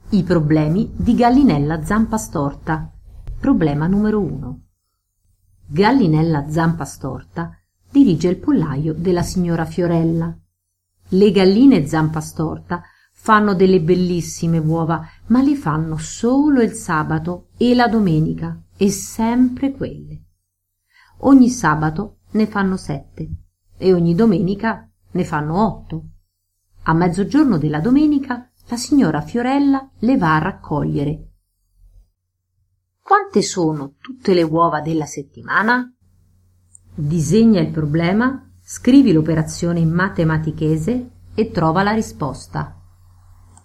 I problemi di Gallinella Zampastorta. Problema numero 1. Gallinella Zampastorta dirige il pollaio della signora Fiorella. Le galline Zampastorta fanno delle bellissime uova, ma le fanno solo il sabato e la domenica, e sempre quelle. Ogni sabato ne fanno 7 e ogni domenica ne fanno 8. A mezzogiorno della domenica la signora Fiorella le va a raccogliere. Quante sono tutte le uova della settimana? Disegna il problema, scrivi l'operazione in matematichese e trova la risposta.